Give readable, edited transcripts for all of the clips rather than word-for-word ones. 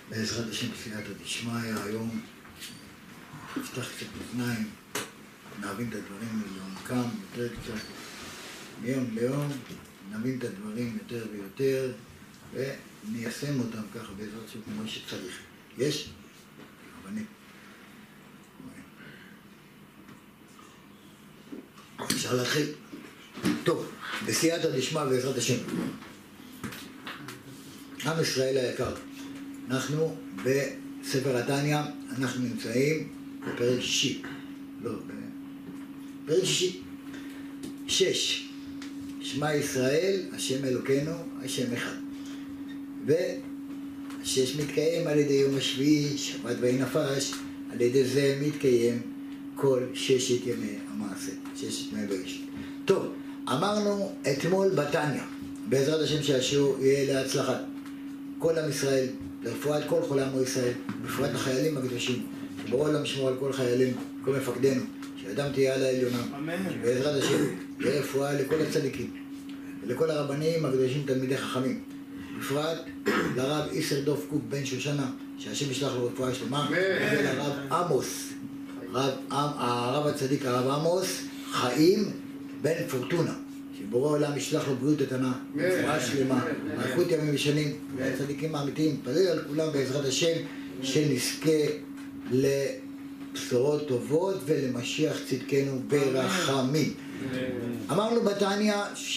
בעזרת השם בסייעתא דשמיא, היום נפתח קצת אוזניים, נבין את הדברים לעומקם יותר קצת, מיום ליום נבין את הדברים יותר ויותר וניישם אותם ככה בעזרת השם כמו שצריך. יש? אבנים. אפשר להתחיל? טוב, בסייעתא דשמיא בעזרת השם. עם ישראל היקר, אנחנו בספר התניא, אנחנו נמצאים בפרק שישי, בפרק שישי, 6, שמע ישראל, השם אלוקינו, השם אחד. והשש מתקיים על ידי יום השביעי, שבת ויהי נפש, על ידי זה מתקיים כל ששת ימי המעשה, ששת ימי בראשית. טוב, אמרנו אתמול בתניא, בעזרת השם שהשיעור יהיה להצלחת כל עם ישראל, לרפואת כל חולי עמו ישראל, בפרט החיילים הקדושים, שבורא עולם ישמור על כל חיילים, כל מפקדינו, שאדם תהיה על העליונה, שבעזרת השם יהיה רפואה לכל הצדיקים, ולכל הרבנים הקדושים תלמידי חכמים, בפרט לרב איסרדוף קוק בן שושנה, שהשם ישלח לו רפואה שלמה, ולרב עמוס, הרב הצדיק הרב עמוס, חיים בן פורטונה, שבורא עולם ישלח לו בריאות איתנה, רפואה שלמה, אריכות ימים ושנים, והצדיקים האמיתיים, נתפלל על כולם בעזרת השם, שנזכה לבשורות טובות ולמשיח צדקנו ברחמים. אמרנו בתניא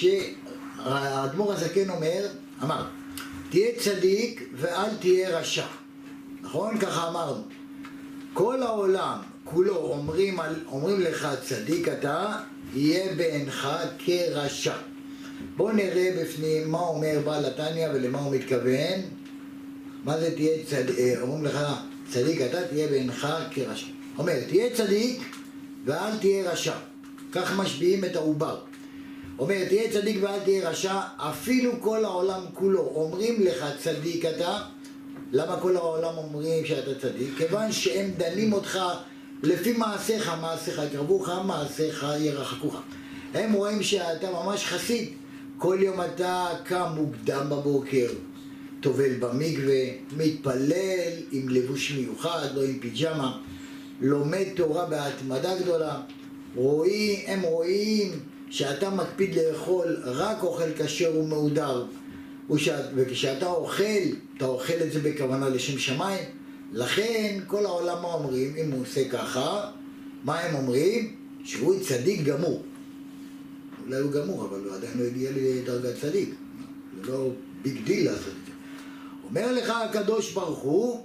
שהאדמו"ר הזקן אמר, תהיה צדיק ואל תהיה רשע. נכון? ככה אמרנו. כל העולם כולו אומרים לך צדיק אתה, יהיה בעינך כרשע. בואו נראה בפנים מה אומר בעל התניא ולמה הוא מתכוון. מה זה תהיה צדיק? אומרים לך צדיק אתה, תהיה בעינך כרשע. אומר, תהיה צדיק ואל תהיה רשע. כך משביעים את העובר. אומר, תהיה צדיק ואל תהיה רשע, אפילו כל העולם כולו אומרים לך צדיק אתה. למה כל העולם אומרים שאתה צדיק? כיוון שהם דנים אותך לפי מעשיך, מעשיך יקרבוך, מעשיך ירחקוך. הם רואים שאתה ממש חסיד. כל יום אתה קם מוקדם בבוקר, טובל במקווה, מתפלל עם לבוש מיוחד, לא עם פיג'מה, לומד תורה בהתמדה גדולה. הם רואים שאתה מקפיד לאכול רק אוכל כשר ומהודר, וכשאתה אוכל, אתה אוכל את זה בכוונה לשם שמיים. לכן כל העולם מה אומרים, אם הוא עושה ככה, מה הם אומרים? שהוא צדיק גמור. אולי הוא גמור, אבל הוא עדיין לא הגיע לדרגת צדיק. זה לא ביג דיל לעשות את זה. אומר לך הקדוש ברוך הוא,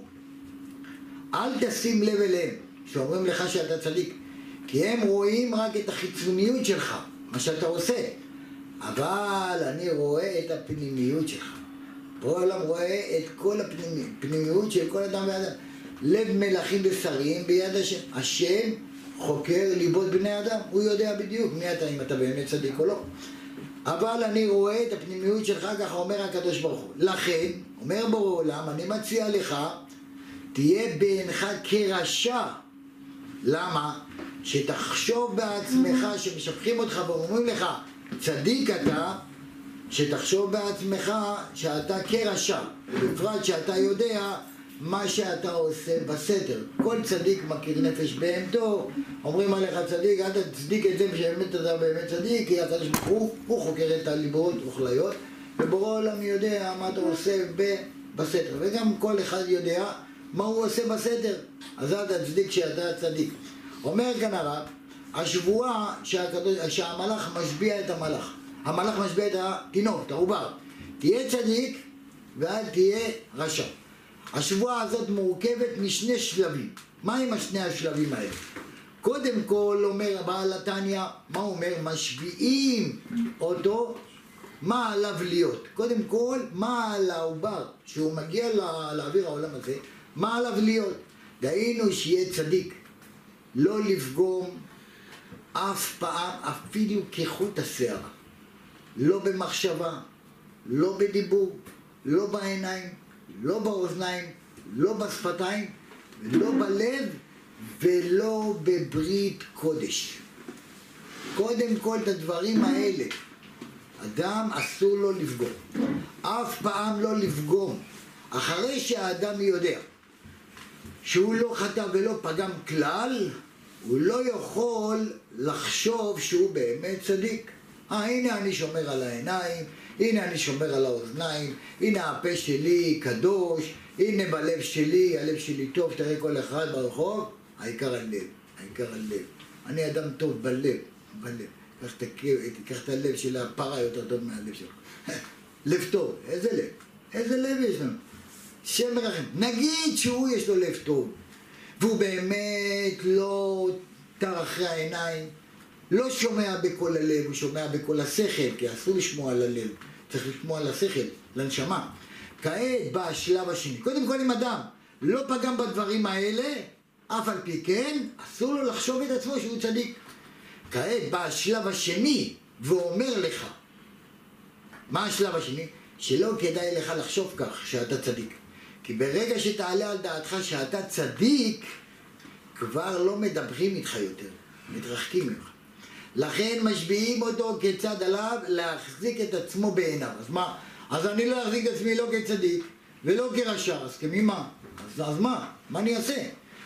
אל תשים לב אליהם, שאומרים לך שאתה צדיק, כי הם רואים רק את החיצוניות שלך, מה שאתה עושה. אבל אני רואה את הפנימיות שלך. פה העולם רואה את כל הפנימיות של כל אדם ואדם. לב מלכים ושרים ביד השם. השם חוקר ליבות בני אדם. הוא יודע בדיוק מי אתה, אם אתה באמת צדיק או לא. אבל אני רואה את הפנימיות שלך, ככה אומר הקדוש ברוך הוא. לכן, אומר בורא עולם, אני מציע לך, תהיה בעינך כרשע. למה? שתחשוב בעצמך, שמשבחים אותך ואומרים לך, צדיק אתה, שתחשוב בעצמך שאתה כרשע, ובפרט שאתה יודע מה שאתה עושה בסתר. כל צדיק מכיר נפש בהמתו, אומרים עליך צדיק, אל תצדיק את זה שבאמת אתה באמת צדיק, כי הקדוש ברוך הוא חוקר את הליבות וכליות, ובורא עולם יודע מה אתה עושה בסתר, וגם כל אחד יודע מה הוא עושה בסתר, אז אל תצדיק שאתה צדיק. אומר כאן הרב, השבועה שהמלאך משביע את המלאך, המלאך משביע את התינוק, את העובר, תהיה צדיק ואל תהיה רשע. השבועה הזאת מורכבת משני שלבים. מה עם השני השלבים האלה? קודם כל אומר בעל התניא, מה אומר? משביעים אותו, מה עליו להיות. קודם כל, מה על העובר, שהוא מגיע לאוויר העולם הזה, מה עליו להיות? דהיינו שיהיה צדיק, לא לפגום אף פעם, אפילו כחוט השערה. לא במחשבה, לא בדיבור, לא בעיניים, לא באוזניים, לא בשפתיים, ולא בלב, ולא בברית קודש. קודם כל את הדברים האלה, אדם אסור לו לפגום. אף פעם לא לפגום. אחרי שהאדם יודע שהוא לא חטא ולא פגם כלל, הוא לא יכול לחשוב שהוא באמת צדיק. הנה אני שומר על העיניים, הנה אני שומר על האוזניים, הנה הפה שלי קדוש, הנה בלב שלי, הלב שלי טוב, תראה כל אחד ברחוב, העיקר הלב, העיקר הלב. אני אדם טוב בלב, בלב. תיקח את הלב של הפרה יותר טוב מהלב שלך. לב טוב, איזה לב? איזה לב יש לנו? שם מרחם. נגיד שהוא יש לו לב טוב, והוא באמת לא תר אחרי העיניים, לא שומע בכל הלב, הוא שומע בכל השכל, כי אסור לשמוע על הלב, צריך לשמוע על השכל, לנשמה. כעת בא השלב השני. קודם כל אם אדם לא פגם בדברים האלה, אף על פי כן, אסור לו לחשוב את עצמו שהוא צדיק. כעת בא השלב השני, ואומר לך, מה השלב השני? שלא כדאי לך לחשוב כך שאתה צדיק. כי ברגע שתעלה על דעתך שאתה צדיק, כבר לא מדברים איתך יותר, מתרחקים ממך. לכן משביעים אותו כיצד עליו להחזיק את עצמו בעיניו. אז מה? אז אני לא אחזיק את עצמי לא כצדיק ולא כרשע, אז כמי מה? אז מה? מה אני אעשה?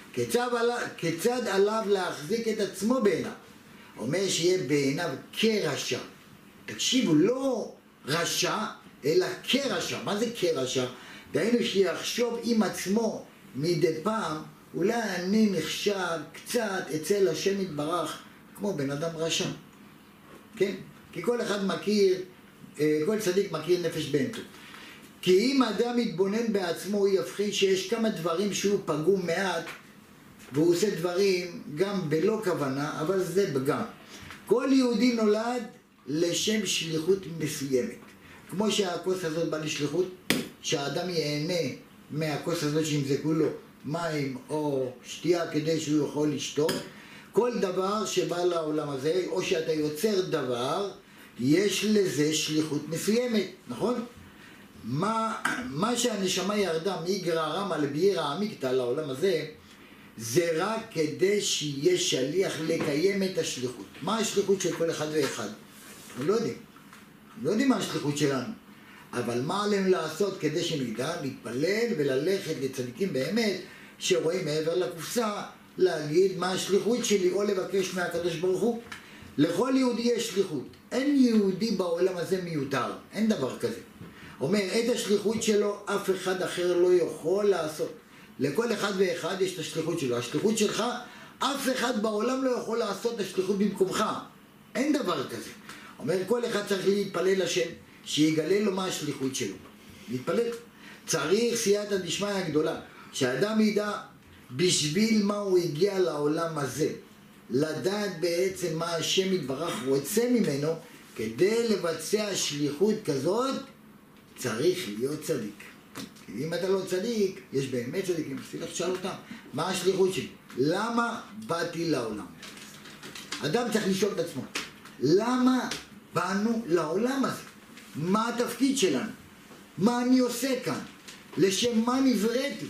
כיצד עליו להחזיק את עצמו בעיניו? אומר שיהיה בעיניו כרשע. תקשיבו, לא רשע, אלא כרשע. מה זה כרשע? דהיינו שיחשוב עם עצמו מדי פעם, אולי אני נחשב קצת אצל השם יתברך כמו בן אדם רשע. כן? כי כל אחד מכיר, כל צדיק מכיר נפש בהמתו. כי אם האדם מתבונן בעצמו, הוא יבחין שיש כמה דברים שהוא פגום מעט, והוא עושה דברים גם בלא כוונה, אבל זה פגם. כל יהודי נולד לשם שליחות מסוימת. כמו שהכוס הזאת באה לשליחות, שהאדם ייהנה מהכוס הזאת שימזקו לו מים או שתייה כדי שהוא יכול לשתות. כל דבר שבא לעולם הזה, או שאתה יוצר דבר, יש לזה שליחות מסוימת, נכון? מה שהנשמה ירדה מגרא רמא לבירא עמיקתא לעולם הזה, זה רק כדי שיהיה שליח לקיים את השליחות. מה השליחות של כל אחד ואחד? אנחנו לא יודעים. אנחנו לא יודעים מה השליחות שלנו. אבל מה עלינו לעשות כדי שנדע, להתפלל וללכת לצדיקים באמת, שרואים מעבר לקופסה, להגיד מה השליחות שלי, או לבקש מהקדוש ברוך הוא. לכל יהודי יש שליחות. אין יהודי בעולם הזה מיותר. אין דבר כזה. אומר, את השליחות שלו אף אחד אחר לא יכול לעשות. לכל אחד ואחד יש את השליחות שלו. השליחות שלך, אף אחד בעולם לא יכול לעשות את השליחות במקומך. אין דבר כזה. אומר, כל אחד צריך להתפלל לשם, שיגלה לו מה השליחות שלו. להתפלל. צריך סייעתא דשמיא הגדולה. שהאדם ידע בשביל מה הוא הגיע לעולם הזה. לדעת בעצם מה השם יתברך רוצה ממנו, כדי לבצע שליחות כזאת, צריך להיות צדיק. כי אם אתה לא צדיק, יש באמת צדיקים, תלך תשאל אותם, מה השליחות שלי? למה באתי לעולם? אדם צריך לשאול את עצמו, למה באנו לעולם הזה? מה התפקיד שלנו? מה אני עושה כאן? לשם מה נבראתי?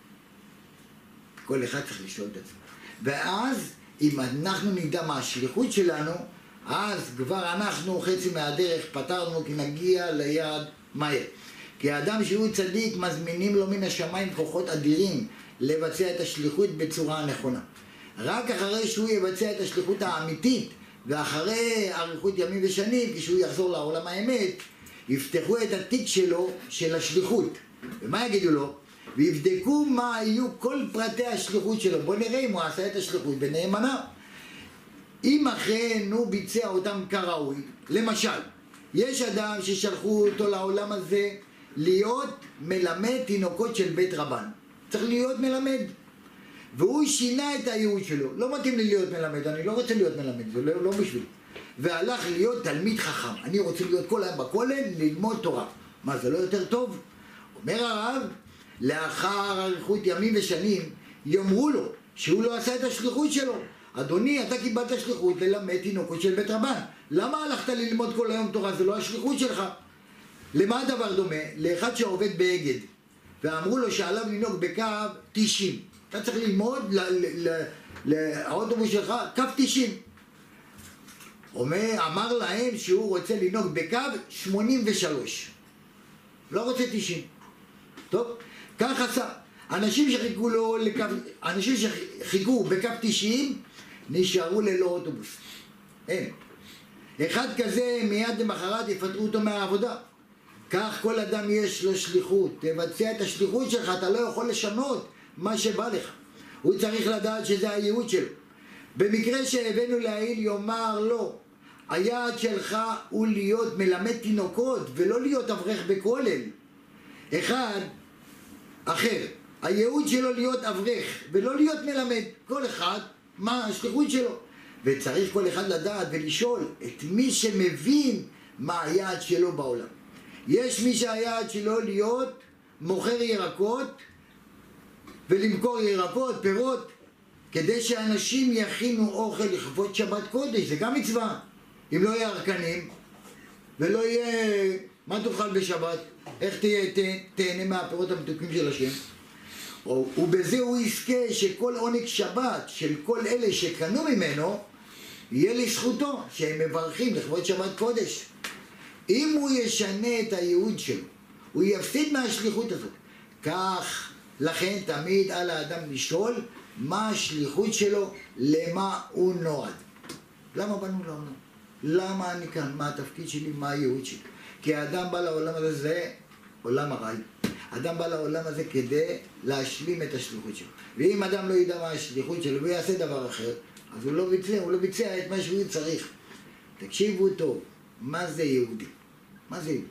כל אחד צריך לשאול את עצמו. ואז, אם אנחנו נדע מה השליחות שלנו, אז כבר אנחנו חצי מהדרך פתרנו, כי נגיע ליעד מהר. כי האדם שהוא צדיק, מזמינים לו מן השמיים כוחות אדירים לבצע את השליחות בצורה הנכונה. רק אחרי שהוא יבצע את השליחות האמיתית, ואחרי אריכות ימים ושנים, כשהוא יחזור לעולם האמת, יפתחו את התיק שלו של השליחות. ומה יגידו לו? ויבדקו מה היו כל פרטי השליחות שלו. בוא נראה אם הוא עשה את השליחות בנאמנה. אם אכן הוא ביצע אותם כראוי, למשל, יש אדם ששלחו אותו לעולם הזה להיות מלמד תינוקות של בית רבן. צריך להיות מלמד. והוא שינה את הייעוד שלו. לא מתאים לי להיות מלמד, אני לא רוצה להיות מלמד, זה לא בשביל. והלך להיות תלמיד חכם. אני רוצה להיות כל היום בכולל, ללמוד תורה. מה, זה לא יותר טוב? אומר הרב, לאחר אריכות ימים ושנים, יאמרו לו שהוא לא עשה את השליחות שלו. אדוני, אתה קיבלת שליחות ללמד תינוקות של בית רבן. למה הלכת ללמוד כל היום תורה? זה לא השליחות שלך. למה הדבר דומה? לאחד שעובד באגד, ואמרו לו שעליו לנהוג בקו 90. אתה צריך ללמוד לאוטובוס שלך קו 90. אמר להם שהוא רוצה לנהוג בקו 83. לא רוצה 90. טוב? כך עשה. אנשים שחיכו בקו 90 נשארו ללא אוטובוס. אין. אחד כזה מיד למחרת יפטרו אותו מהעבודה. כך כל אדם יש לו שליחות. תבצע את השליחות שלך, אתה לא יכול לשנות מה שבא לך. הוא צריך לדעת שזה הייעוד שלו. במקרה שהבאנו לעיל יאמר לו, היעד שלך הוא להיות מלמד תינוקות ולא להיות אברך בכולל. אחד אחר, הייעוד שלו להיות אברך ולא להיות מלמד. כל אחד מה השליחות שלו. וצריך כל אחד לדעת ולשאול את מי שמבין מה היעד שלו בעולם. יש מי שהיעד שלו להיות מוכר ירקות ולמכור ירקות, פירות, כדי שאנשים יכינו אוכל לכבוד שבת קודש. זה גם מצווה. אם לא יהיה ירקנים ולא יהיה מה תאכל בשבת, איך תהנה מהפירות המתוקים של השם. ובזה הוא יזכה שכל עונג שבת של כל אלה שקנו ממנו יהיה לזכותו, שהם מברכים לכבוד שבת קודש. אם הוא ישנה את הייעוד שלו, הוא יפסיד מהשליחות הזאת. כך, לכן תמיד על האדם לשאול מה השליחות שלו, למה הוא נועד. למה באנו לעולם? למה אני כאן? מה התפקיד שלי? מה הייעוד שלי? כי האדם בא לעולם הזה, זה עולם הרי. אדם בא לעולם הזה כדי להשלים את השליחות שלו. ואם אדם לא ידע מה השליחות שלו ויעשה דבר אחר, אז הוא לא ביצע את מה שהוא צריך. תקשיבו טוב, מה זה יהודי? מה זה יהודי?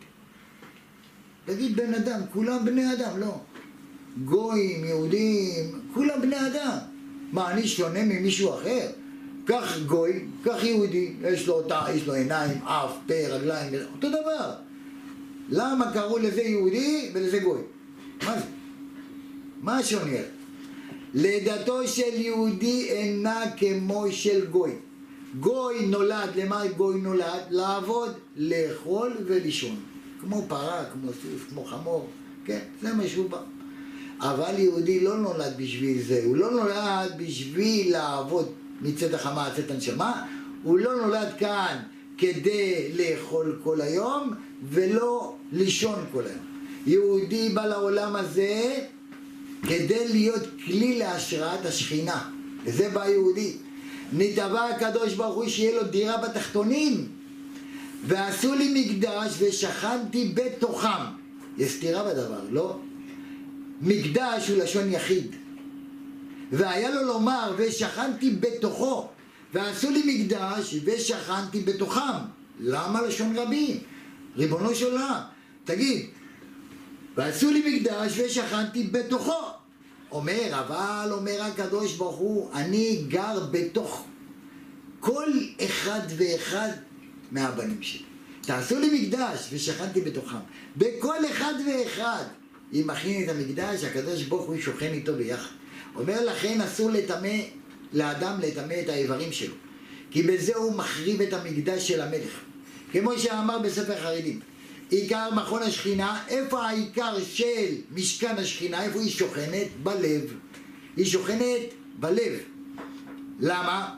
תגיד בן אדם, כולם בני אדם, לא. גויים, יהודים, כולם בני אדם. מה, אני שונה ממישהו אחר? כך גוי, כך יהודי, יש לו עיניים, אף, פה, רגליים, אותו דבר. למה קראו לזה יהודי ולזה גוי? מה זה? מה השוני? לידתו של יהודי אינה כמו של גוי. גוי נולד, למה גוי נולד? לעבוד, לאכול ולישון. כמו פרה, כמו סוס, כמו חמור, כן? זה מה שהוא בא. אבל יהודי לא נולד בשביל זה, הוא לא נולד בשביל לעבוד מצאת החמה, מצאת הנשמה, הוא לא נולד כאן כדי לאכול כל היום ולא לישון כל היום. יהודי בא לעולם הזה כדי להיות כלי להשראת השכינה, וזה בא יהודי. נתבע הקדוש ברוך הוא שיהיה לו דירה בתחתונים, ועשו לי מקדש ושכנתי בתוכם. יש סתירה בדבר, לא? מקדש הוא לשון יחיד, והיה לו לומר ושכנתי בתוכו, ועשו לי מקדש ושכנתי בתוכם. למה לשון רבים? ריבונו של עולם, תגיד, ועשו לי מקדש ושכנתי בתוכו. אומר הקדוש ברוך הוא, אני גר בתוך כל אחד ואחד מהבנים שלי. תעשו לי מקדש ושכנתי בתוכם. בכל אחד ואחד, אם מכין את המקדש, הקדוש ברוך הוא שוכן איתו ביחד. אומר לכן אסור לאדם לטמא את האיברים שלו, כי בזה הוא מחריב את המקדש של המלך. כמו שאמר בספר חרדים, עיקר מכון השכינה, איפה העיקר של משכן השכינה? איפה היא שוכנת? בלב. היא שוכנת בלב. למה?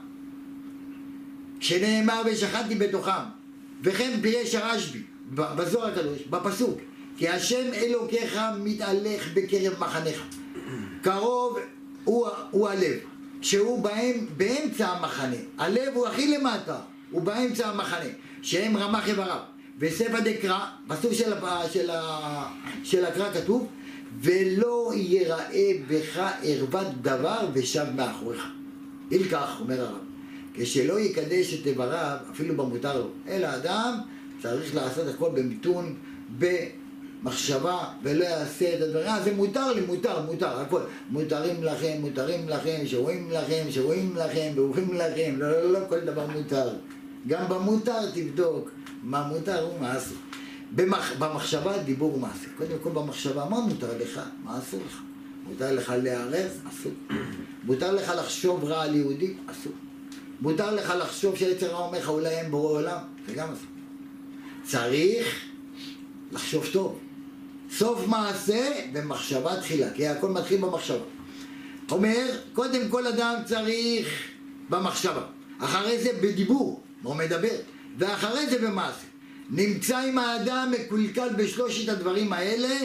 כשנאמר ושכנתי בתוכם, וכן פירש הרשב"י בזוהר הקדוש, בפסוק, כי השם אלוקיך מתהלך בקרב מחניך. קרוב הוא הלב, שהוא באמצע המחנה. הלב הוא הכי למטה, הוא באמצע המחנה, שהם רמ"ח איבריו. וספא דקרא, בסוף של הקרא כתוב, ולא ייראה בך ערוות דבר ושב מאחוריך. אילכך, אומר הרב, כשלא יקדש את איבריו, אפילו במותר לו, אלא אדם צריך לעשות הכל במיתון, במחשבה, ולא יעשה את הדברים. זה מותר לי, מותר, הכל. מותרים לכם, שרואים לכם, ואוכלים לכם, לא, כל דבר מותר. גם במותר תבדוק מה מותר ומה אסור. במחשבה דיבור ומעשה. קודם כל במחשבה, מה מותר לך? מה אסור לך? מותר לך לערב? אסור. מותר לך לחשוב רע על יהודי? אסור. מותר לך לחשוב שיצר רע אומר לך אולי אין בורא עולם? זה גם אסור. צריך לחשוב טוב. סוף מעשה במחשבה תחילה, כי הכל מתחיל במחשבה. אומר, קודם כל אדם צריך במחשבה, אחרי זה בדיבור, הוא מדבר, ואחרי זה במעשה. נמצא עם האדם מקולקל בשלושת הדברים האלה,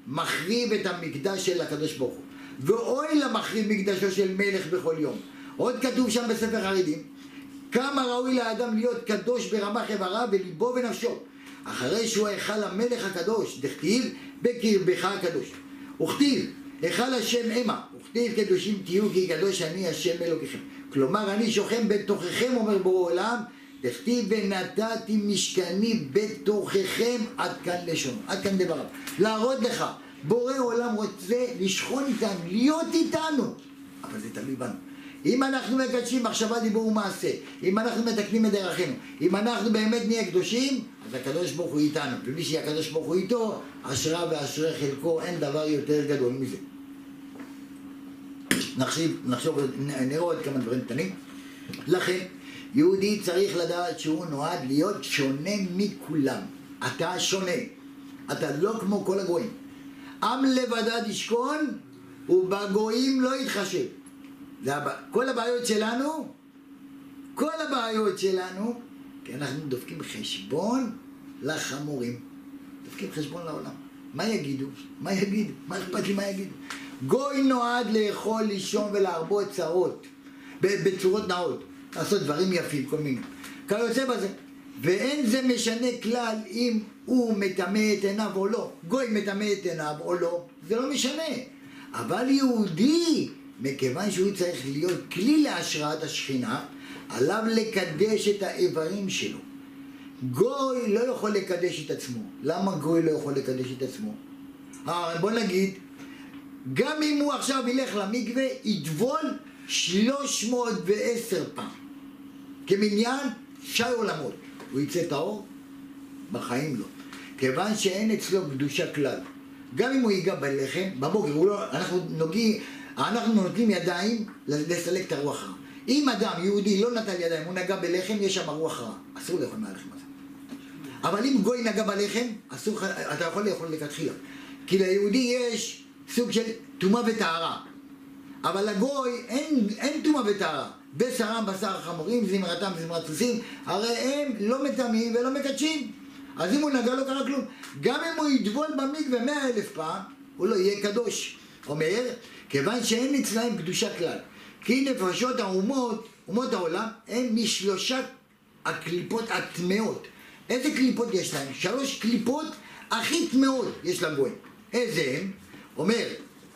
מחריב את המקדש של הקדוש ברוך הוא. ואוי למחריב מקדשו של מלך בכל יום. עוד כתוב שם בספר חרדים, כמה ראוי לאדם להיות קדוש ברמ"ח איבריו וליבו ונפשו, אחרי שהוא היכל המלך הקדוש, דכתיב בקרבך הקדוש. וכתיב, היכל השם המה, וכתיב קדושים תהיו כי קדוש אני השם אלוקיכם. כלומר, אני שוכן בתוככם, אומר בורא עולם, דכתיב ונתתי משכני בתוככם, עד כאן לשון, עד כאן דבריו. להראות לך, בורא עולם רוצה לשכון איתנו, להיות איתנו, אבל זה תלוי בנו. אם אנחנו מקדשים מחשבה, דיבור ומעשה, אם אנחנו מתקנים את דרכינו, אם אנחנו באמת נהיה קדושים, אז הקדוש ברוך הוא איתנו, ומי שהקדוש ברוך הוא איתו, אשרה ואשרי חלקו, אין דבר יותר גדול מזה. נראה עוד כמה דברים קטנים. לכן, יהודי צריך לדעת שהוא נועד להיות שונה מכולם. אתה שונה, אתה לא כמו כל הגויים. עם לבדד ישכון ובגויים לא יתחשב. כל הבעיות שלנו, כי אנחנו דופקים חשבון לחמורים, דופקים חשבון לעולם. מה יגידו? מה אכפת לי מה יגידו? גוי נועד לאכול, לישון ולהרבות צרות בצורות נאות, לעשות דברים יפים, כל מיני כיוצא בזה, ואין זה משנה כלל אם הוא מטמא את עיניו או לא. גוי מטמא את עיניו או לא, זה לא משנה. אבל יהודי, מכיוון שהוא צריך להיות כלי להשראת השכינה, עליו לקדש את האיברים שלו. גוי לא יכול לקדש את עצמו. למה גוי לא יכול לקדש את עצמו? בוא נגיד, גם אם הוא עכשיו ילך למקווה, יטבול 310 פעם. כמניין שי עולמות. הוא יצא טהור? בחיים לא. כיוון שאין אצלו קדושה כלל. גם אם הוא ייגע בלחם, בבוקר, אנחנו נותנים ידיים לסלק את הרוח רע. אם אדם יהודי לא נטל ידיים, הוא נגע בלחם, יש שם רוח רע. אסור לאכול מהלחם הזה. אבל אם גוי נגע בלחם, אתה יכול לאכול לכתחילה. כי ליהודי יש סוג של טומאה וטהרה. אבל לגוי אין טומאה וטהרה. בשרם בשר חמורים, זמרתם זמרת סוסים, הרי הם לא מטמאים ולא מקדשים. אז אם הוא נגע לא קרה כלום. גם אם הוא יטבול במקווה 100,000 פעם, הוא לא יהיה קדוש. אומר, כיוון שאין אצלהם קדושה כלל. כי נפשות אומות העולם, הם משלושה הקליפות הטמאות. איזה קליפות יש להם? 3 קליפות הכי טמאות יש לגויים. איזה הם? אומר,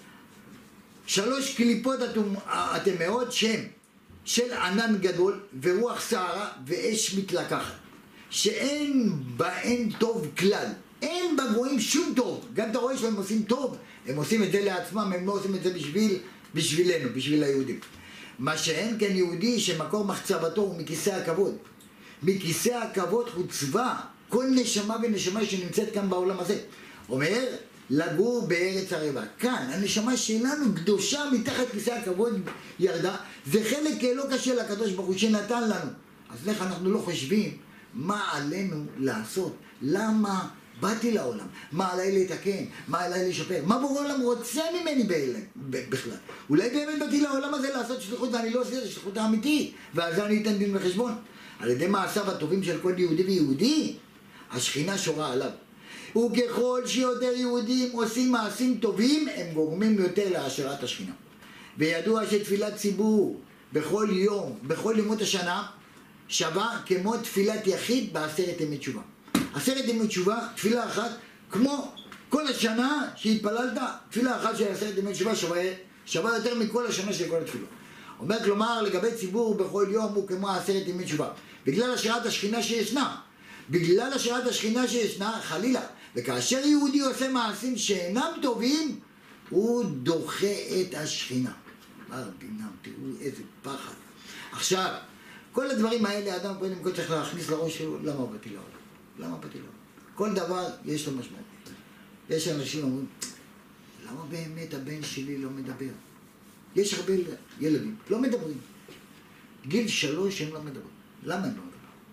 3 קליפות הטמאות שם של ענן גדול ורוח סערה ואש מתלקחת, שאין בהן טוב כלל. אין בגויים שום טוב. גם אתה רואה שהם עושים טוב, הם עושים את זה לעצמם, הם לא עושים את זה בשבילנו, בשביל היהודים. מה שאין כן יהודי שמקור מחצבתו הוא מכיסא הכבוד. מכיסא הכבוד חוצבה כל נשמה ונשמה שנמצאת כאן בעולם הזה. אומר, לגור בארץ ערבה. כאן, הנשמה שלנו קדושה מתחת כיסא הכבוד ירדה. זה חלק לא קשה לקדוש ברוך הוא שנתן לנו. אז איך אנחנו לא חושבים מה עלינו לעשות? למה באתי לעולם? מה עליי לתקן? מה עליי לשפר? מה בורא עולם רוצה ממני בכלל? אולי באמת באתי לעולם הזה לעשות שליחות ואני לא עושה את השליחות האמיתית, ועל זה אני אתן דין וחשבון. על ידי מעשיו הטובים של כל יהודי ויהודי, השכינה שורה עליו. וככל שיותר יהודים עושים מעשים טובים, הם גורמים יותר להשראת השכינה. וידוע שתפילת ציבור בכל יום, בכל ימות השנה, שווה כמו תפילת יחיד ב10 ימי תשובה. 10 ימי תשובה, תפילה אחת, כמו כל השנה שהתפללת, תפילה אחת של 10 ימי תשובה שווה יותר מכל השנה של כל התפילות. אומר, כלומר, לגבי ציבור בכל יום הוא כמו 10 ימי תשובה. בגלל השראת השכינה שישנה. בגלל השראת השכינה שישנה, חלילה. וכאשר יהודי עושה מעשים שאינם טובים, הוא דוחה את השכינה. בינם, תראו איזה פחד. עכשיו, כל הדברים האלה, האדם קודם כל צריך להכניס לראש שלו, למה באתי לעולם? למה באתי לעולם? כל דבר יש לו משמעות. יש אנשים אומרים, למה באמת הבן שלי לא מדבר? יש הרבה ילדים, לא מדברים. גיל 3 הם לא מדברים. למה הם לא מדברים?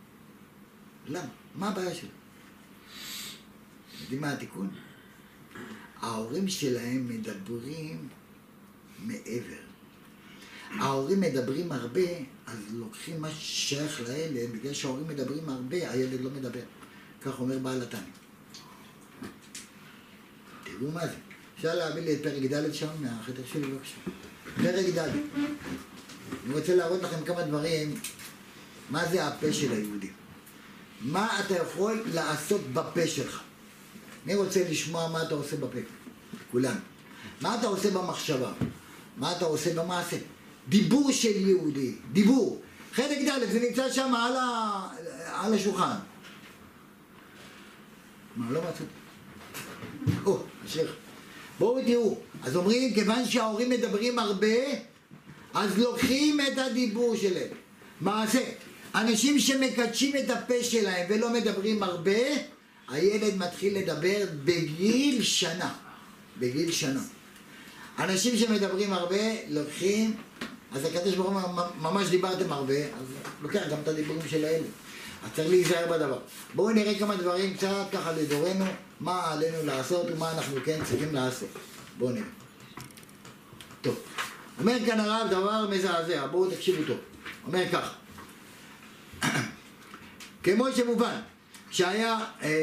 למה? מה הבעיה שלהם? יודעים מה התיקון? ההורים שלהם מדברים מעבר. ההורים מדברים הרבה, אז לוקחים מה ששייך לילד, בגלל שההורים מדברים הרבה, הילד לא מדבר. כך אומר בעל התניא. תראו מה זה. אפשר להביא לי את פרק ד' שם מהחדר שלי, בבקשה. פרק ד'. אני רוצה להראות לכם כמה דברים, מה זה הפה של היהודי. מה אתה יכול לעשות בפה שלך. אני רוצה לשמוע מה אתה עושה בפה. כולנו. מה אתה עושה במחשבה? מה אתה עושה במעשה? דיבור של יהודי. דיבור. חלק ד' זה נמצא שם על השולחן. מה, לא מצאתי? אשר. בואו תראו. אז אומרים, כיוון שההורים מדברים הרבה, אז לוקחים את הדיבור שלהם. מעשה. אנשים שמקדשים את הפה שלהם ולא מדברים הרבה, הילד מתחיל לדבר בגיל שנה. בגיל שנה. אנשים שמדברים הרבה, לוקחים, אז הקדוש ברוך הוא ממש דיברתם הרבה, אז לוקח גם את הדיבורים של הילד. אז צריך להיזהר בדבר. בואו נראה כמה דברים קצת ככה לדורנו, מה עלינו לעשות ומה אנחנו כן צריכים לעשות. בואו נראה. טוב. אומר כאן הרב דבר מזעזע, בואו תקשיבו טוב. אומר כך. כמו שמובן, שהיה,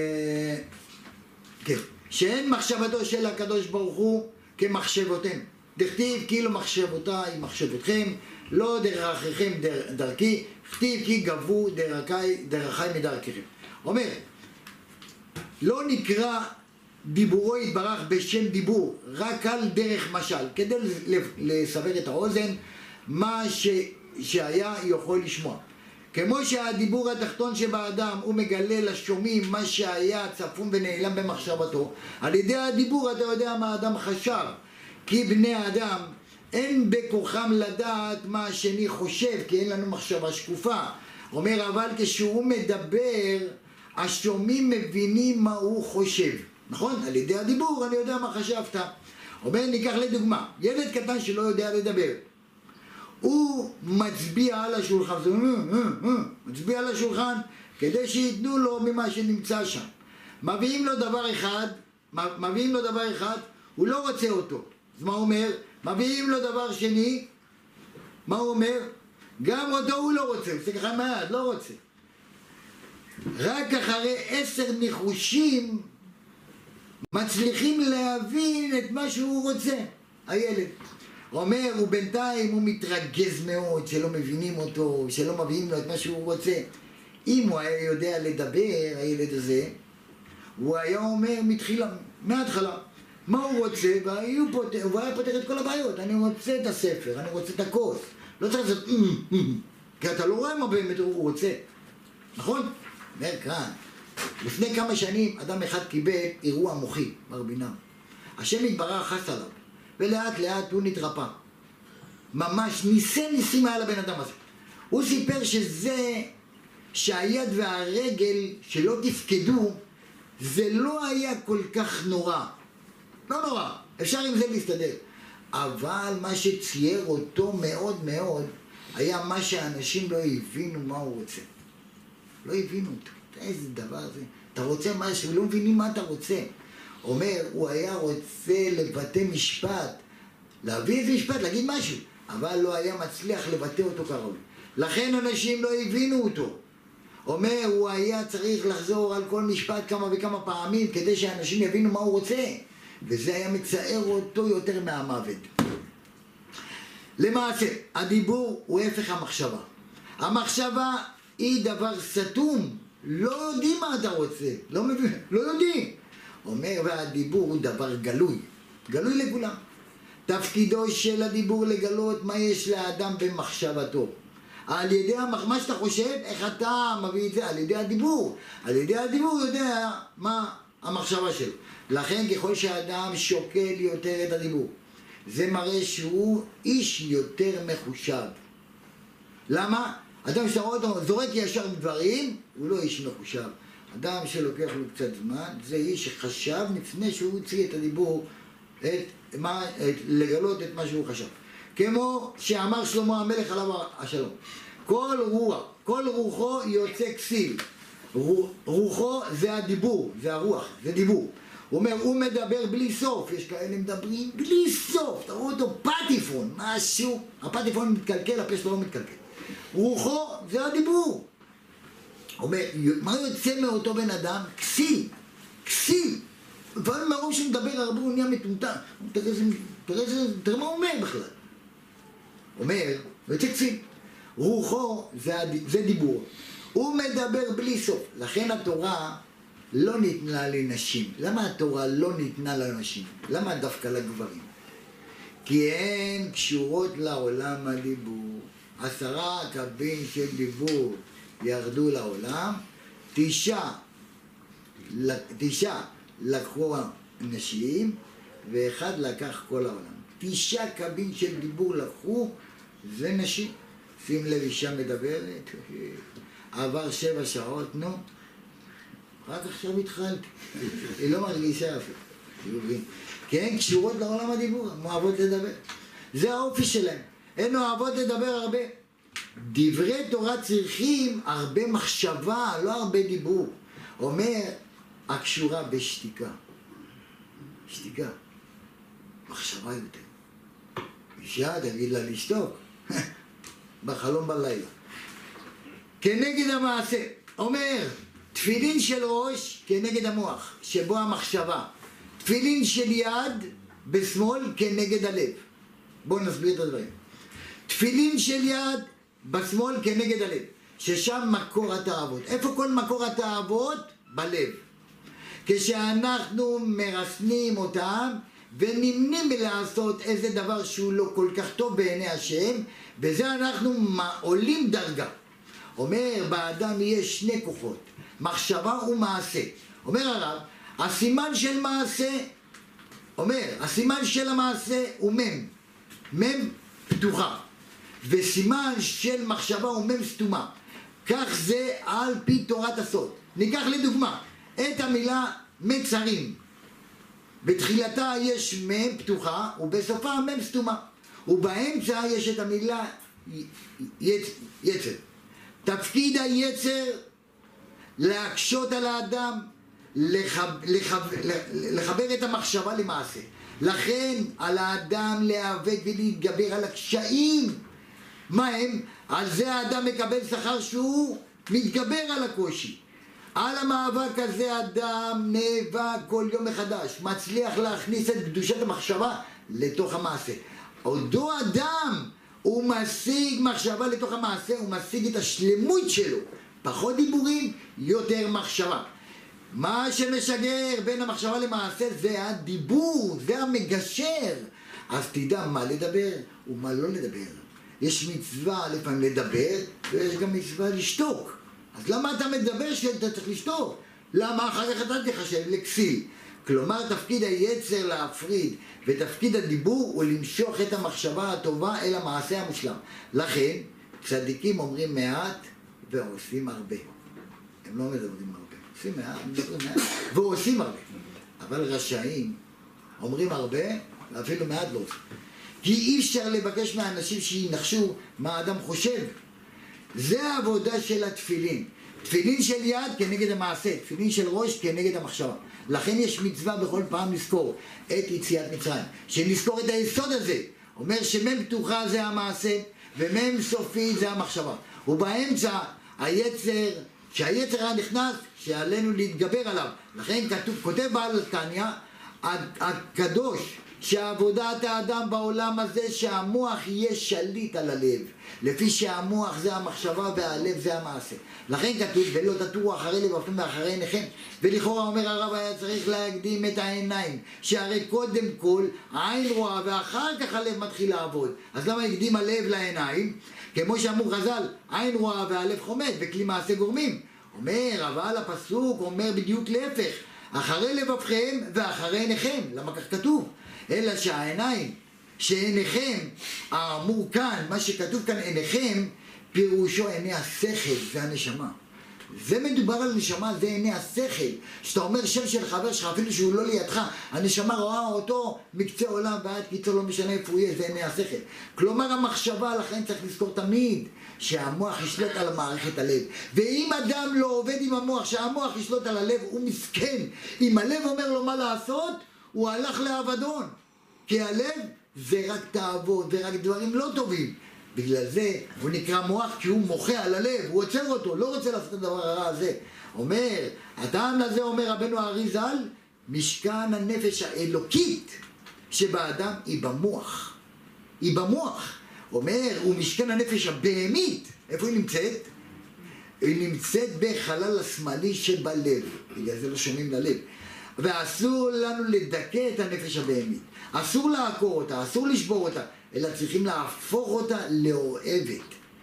כן, שאין מחשבתו של הקדוש ברוך הוא כמחשבותיהם. דכתיב כאילו מחשבותיי מחשבותכם, לא דרככם דרכי, כתיב כי גבו דרכי מדרככם. אומר, לא נקרא דיבורו יתברך בשם דיבור, רק על דרך משל, כדי לסבר את האוזן, מה שהיה יכול לשמוע. כמו שהדיבור התחתון שבאדם הוא מגלה לשומעים מה שהיה צפון ונעלם במחשבתו, על ידי הדיבור אתה יודע מה האדם חשב, כי בני האדם אין בכוחם לדעת מה השני חושב, כי אין לנו מחשבה שקופה. אומר, אבל כשהוא מדבר, השומעים מבינים מה הוא חושב. נכון? על ידי הדיבור אני יודע מה חשבת. אומר, ניקח לדוגמה, ילד קטן שלא יודע לדבר. הוא מצביע על השולחן, מצביע על השולחן כדי שיתנו לו ממה שנמצא שם. מביאים לו דבר אחד, הוא לא רוצה אותו. אז מה הוא אומר? מביאים לו דבר שני, מה הוא אומר? גם אותו הוא לא רוצה, הוא עושה ככה מהיד, לא רוצה. רק אחרי 10 ניחושים מצליחים להבין את מה שהוא רוצה, הילד. אומר, ובינתיים הוא מתרגז מאוד, שלא מבינים אותו, שלא מבינים לו את מה שהוא רוצה. אם הוא היה יודע לדבר, הילד הזה, הוא היה אומר מההתחלה, מה הוא רוצה, והוא היה פותר את כל הבעיות. אני רוצה את הספר, אני רוצה את הכוס. לא צריך לעשות, כי אתה לא רואה מה באמת הוא רוצה. נכון? אומר כאן, לפני כמה שנים אדם אחד קיבל אירוע מוחי, מרבינם. השם יתברך חס עליו. ולאט לאט הוא נתרפא. ממש ניסים היה לבן אדם הזה. הוא סיפר שזה שהיד והרגל שלא תפקדו, זה לא היה כל כך נורא. לא נורא, אפשר עם זה להסתדר. אבל מה שצייר אותו מאוד מאוד, היה מה שאנשים לא הבינו מה הוא רוצה. לא הבינו אותו. איזה דבר זה? אתה רוצה משהו, לא מבינים מה אתה רוצה. אומר, הוא היה רוצה לבטא משפט, להביא איזה משפט, להגיד משהו, אבל לא היה מצליח לבטא אותו כראוי. לכן אנשים לא הבינו אותו. אומר, הוא היה צריך לחזור על כל משפט כמה וכמה פעמים, כדי שאנשים יבינו מה הוא רוצה. וזה היה מצער אותו יותר מהמוות. למעשה, הדיבור הוא הפך המחשבה. המחשבה היא דבר סתום. לא יודעים מה אתה רוצה. לא מבין, לא יודעים. אומר, והדיבור הוא דבר גלוי. גלוי לכולם. תפקידו של הדיבור לגלות מה יש לאדם במחשבתו. על ידי מה שאתה חושב, איך אתה מביא את זה? על ידי הדיבור. על ידי הדיבור הוא יודע מה המחשבה שלו. לכן ככל שהאדם שוקל יותר את הדיבור, זה מראה שהוא איש יותר מחושב. למה? אדם שאתה רואה אותו זורק ישר דברים, הוא לא איש מחושב. אדם שלוקח לו קצת זמן, זה איש שחשב לפני שהוא הוציא את הדיבור, לגלות את מה שהוא חשב. כמו שאמר שלמה המלך עליו השלום, כל רוחו יוצא כסיל. רוחו זה הדיבור, זה הרוח, זה דיבור. הוא אומר, הוא מדבר בלי סוף. יש כאלה מדברים בלי סוף. תראו אותו פטיפון, משהו. הפטיפון מתקלקל, הפה שלו לא מתקלקל. רוחו זה הדיבור. הוא אומר, מה יוצא מאותו בן אדם? כסיל. כסיל. לפעמים מרוב שהוא מדבר הרבה הוא נהיה מטומטם. תראה מה הוא אומר בכלל. אומר, ותקשיב, רוחו זה דיבור. הוא מדבר בלי סוף. לכן התורה לא ניתנה לנשים. למה התורה לא ניתנה לנשים? למה דווקא לגברים? כי הן קשורות לעולם הדיבור. 10 קבין של דיבור ירדו לעולם, 9 לקחו נשים, ו1 לקח כל העולם. 9 קבין של דיבור לקחו, זה נשים. שים לב, אישה מדברת, עבר 7 שעות, נו, רק עכשיו התחלתי. היא לא מרגישה אפילו. כי הן קשורות לעולם הדיבור, הן אוהבות לדבר. זה האופי שלהן. הן אוהבות לדבר הרבה. דברי תורה צריכים הרבה מחשבה, לא הרבה דיבור. אומר, הקשורה בשתיקה. שתיקה. מחשבה יותר. אישה תגיד לה לשתוק. בחלום בלילה. כנגד המעשה. אומר, תפילין של ראש כנגד המוח, שבו המחשבה. תפילין של יד בשמאל כנגד הלב. בואו נסביר את הדברים. תפילין של יד בשמאל כנגד הלב, ששם מקור התאוות. איפה כל מקור התאוות? בלב. כשאנחנו מרסנים אותם ונמנים מלעשות איזה דבר שהוא לא כל כך טוב בעיני השם, בזה אנחנו עולים דרגה. אומר, באדם יש 2 כוחות, מחשבה ומעשה. אומר הרב, הסימן של מעשה, אומר, הסימן של המעשה הוא מם פתוחה, וסימן של מחשבה הוא מם סתומה. כך זה על פי תורת הסוד. ניקח לדוגמה את המילה מצרים. בתחילתה יש מם פתוחה ובסופה מם סתומה, ובאמצע יש את המילה יצר. תפקיד היצר להקשות על האדם, לחבר את המחשבה למעשה. לכן על האדם להיאבק ולהתגבר על הקשיים. מה הם? על זה האדם מקבל שכר שהוא מתגבר על הקושי. על המאבק הזה האדם נאבק כל יום מחדש, מצליח להכניס את קדושת המחשבה לתוך המעשה. אותו אדם הוא משיג מחשבה לתוך המעשה, הוא משיג את השלמות שלו. פחות דיבורים, יותר מחשבה. מה שמשגר בין המחשבה למעשה זה הדיבור, זה המגשר. אז תדע מה לדבר ומה לא לדבר. יש מצווה לפעמים לדבר, ויש גם מצווה לשתוק. אז למה אתה מדבר שאתה צריך לשתוק? למה אחר כך אתה תחשב לכסיל? כלומר, תפקיד היצר להפריד ותפקיד הדיבור הוא למשוך את המחשבה הטובה אל המעשה המושלם. לכן, צדיקים אומרים מעט ועושים הרבה. הם לא מדברים הרבה. עושים מעט, מדברים מעט ועושים הרבה. אבל רשעים אומרים הרבה ואפילו מעט לא עושים. כי אי אפשר לבקש מהאנשים שינחשו מה האדם חושב. זה העבודה של התפילין. תפילין של יד כנגד המעשה, תפילין של ראש כנגד המחשבה. לכן יש מצווה בכל פעם לזכור את יציאת מצרים, שנזכור את היסוד הזה. אומר שמם פתוחה זה המעשה ומם סופי זה המחשבה, ובאמצע היצר, שהיצר הנכנס שעלינו להתגבר עליו. לכן כותב בעל תניא הקדוש שעבודת האדם בעולם הזה שהמוח יהיה שליט על הלב, לפי שהמוח זה המחשבה והלב זה המעשה. לכן כתוב ולא תטורו אחרי לבבכם ואחרי עיניכם. ולכאורה אומר הרב היה צריך להקדים את העיניים, שהרי קודם כל העין רואה ואחר כך הלב מתחיל לעבוד. אז למה הקדים הלב לעיניים? כמו שאמרו חז"ל, עין רואה והלב חומד וכלי מעשה גורמים. אומר אבל הפסוק אומר בדיוק להפך, אחרי לבבכם ואחרי עיניכם. למה כך כתוב? אלא שהעיניים, שעיניכם, האמור כאן, מה שכתוב כאן עיניכם, פירושו עיני השכל, זה הנשמה. זה מדובר על נשמה, זה עיני השכל. שאתה אומר שם של חבר שלך, אפילו שהוא לא לידך, הנשמה רואה אותו מקצה עולם ועד קיצור, לא משנה איפה הוא יהיה, זה עיני השכל. כלומר המחשבה, לכן צריך לזכור תמיד שהמוח ישלוט על מערכת הלב. ואם אדם לא עובד עם המוח, שהמוח ישלוט על הלב, הוא מסכן. אם הלב אומר לו מה לעשות, הוא הלך לאבדון. כי הלב זה רק תאוות, זה רק דברים לא טובים. בגלל זה הוא נקרא מוח, כי הוא מוחה על הלב, הוא עוצר אותו, לא רוצה לעשות את הדבר הרע הזה. אומר, הטעם לזה אומר רבנו הארי ז"ל, משכן הנפש האלוקית שבאדם היא במוח. היא במוח. אומר, הוא משכן הנפש הבהמית. איפה היא נמצאת? היא נמצאת בחלל השמאלי שבלב. בגלל זה לא שומעים ללב. ואסור לנו לדכא את הנפש הבהמית. אסור לעקור אותה, אסור לשבור אותה, אלא צריכים להפוך אותה לאוהבת.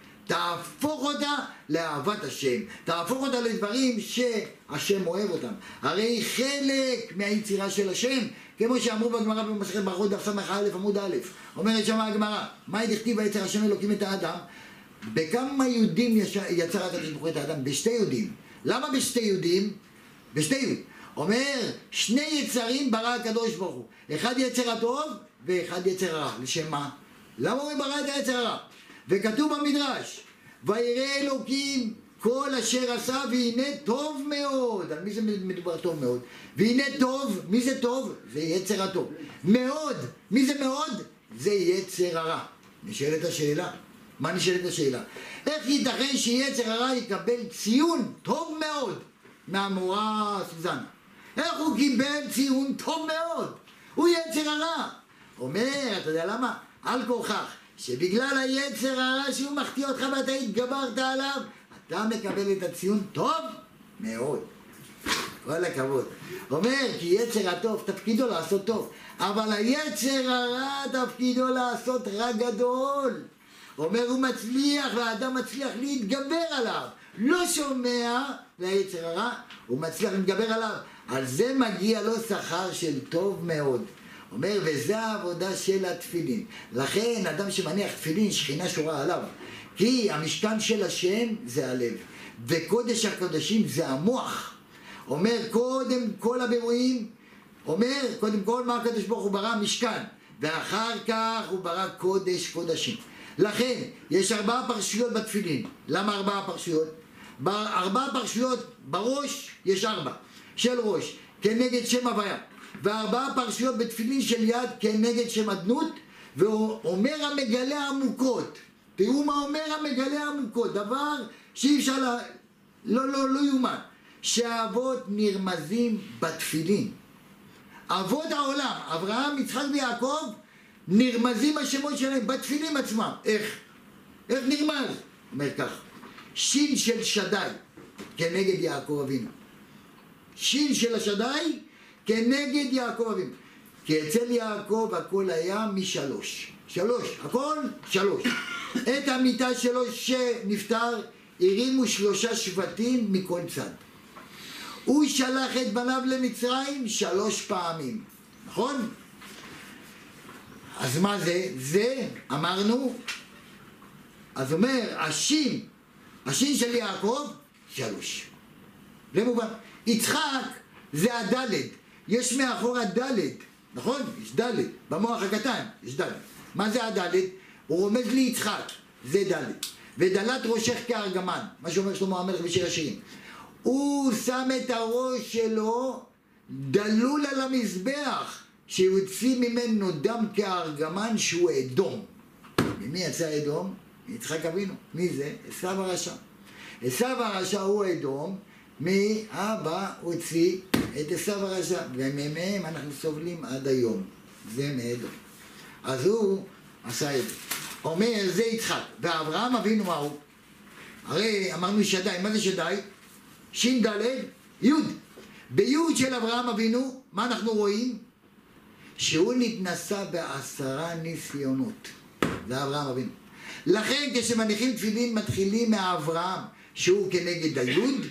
תהפוך אותה לאהבת השם. תהפוך אותה לדברים שהשם אוהב אותם. הרי היא חלק מהיצירה של השם. כמו שאמרו בגמרא במסכת ברכות דף ס"א עמוד א'. אומרת שמה הגמרא, מה דכתיב ויצר השם אלוקים את האדם? בכמה יהודים יצר הקדוש ברוך הוא את האדם? בשתי יהודים. למה בשתי יהודים? בשתי יהודים. אומר, שני יצרים ברא הקדוש ברוך הוא. אחד יצר הטוב ואחד יצר הרע. לשם מה? למה הוא ברא את היצר הרע? וכתוב במדרש, ויראה אלוקים כל אשר עשה והנה טוב מאוד. על מי זה מדובר טוב מאוד? והנה טוב, מי זה טוב? זה יצר הטוב. מאוד, מי זה מאוד? זה יצר הרע. נשאלת השאלה. מה נשאלת השאלה? איך ייתכן שיצר הרע יקבל ציון טוב מאוד מהמורה סוזנה? איך הוא קיבל ציון טוב מאוד? הוא יצר הרע. אומר, אתה יודע למה? על כורכך, שבגלל היצר הרע שהוא מחטיא אותך ואתה התגברת עליו, אתה מקבל את הציון טוב מאוד. כל הכבוד. אומר, כי יצר הטוב תפקידו לעשות טוב, אבל היצר הרע תפקידו לעשות רע גדול. אומר, הוא מצליח, והאדם מצליח להתגבר עליו. לא שומע ליצר הרע, הוא מצליח להתגבר עליו. על זה מגיע לו שכר של טוב מאוד. אומר, וזה העבודה של התפילין. לכן, אדם שמניח תפילין, שכינה שורה עליו. כי המשכן של השם זה הלב. וקודש הקודשים זה המוח. אומר, קודם כל הבירואים, אומר, קודם כל מה הקדוש ברוך הוא ברא? משכן. ואחר כך הוא ברא קודש קודשים. לכן, יש 4 פרשיות בתפילין. למה 4 פרשיות? 4 פרשיות בראש, יש 4. של ראש, כנגד שם הוויה. ו4 פרשיות בתפילין של יד, כנגד שם אדנות. ואומר המגלה עמוקות. תראו מה אומר המגלה עמוקות. דבר שאי אפשר לא יומן. שהאבות נרמזים בתפילין. אבות העולם, אברהם, יצחק ויעקב, נרמזים השמות שלהם בתפילין עצמם. איך נרמז? אומר כך, שין של שדי כנגד יעקב אבינו. שין של השדי כנגד יעקב אבינו. כי אצל יעקב הכל היה משלוש. הכל 3. את המיטה שלו שנפטר הרימו 3 שבטים מכל צד. הוא שלח את בניו למצרים 3 פעמים. נכון? אז מה זה? זה אמרנו, אז אומר, השין של יעקב 3. זה מובן. יצחק זה הדלת. יש מאחור הדלת. נכון? יש דלת. במוח הקטן יש דלת. מה זה הדלת? הוא רומז לי יצחק. זה דלת. ודלת ראשך כארגמן. מה שאומר שלמה המלך בשיר השירים. הוא שם את הראש שלו דלול על המזבח, שיוציא ממנו דם כארגמן שהוא אדום. ממי יצא אדום? יצחק אבינו. מי זה? עשיו הרשע. עשיו הרשע הוא אדום, מאבא הוציא את עשיו הרשע, ומהם אנחנו סובלים עד היום. זה מאדום. אז הוא עשה את זה. אומר, זה יצחק. ואברהם אבינו מהו? הרי אמרנו שדי. מה זה שדי? שין דלת, יוד. ביוד של אברהם אבינו, מה אנחנו רואים? שהוא נתנסה ב10 ניסיונות. זה אברהם אבינו. לכן כשמניחים תפילין מתחילים מאברהם, שהוא כנגד היוד,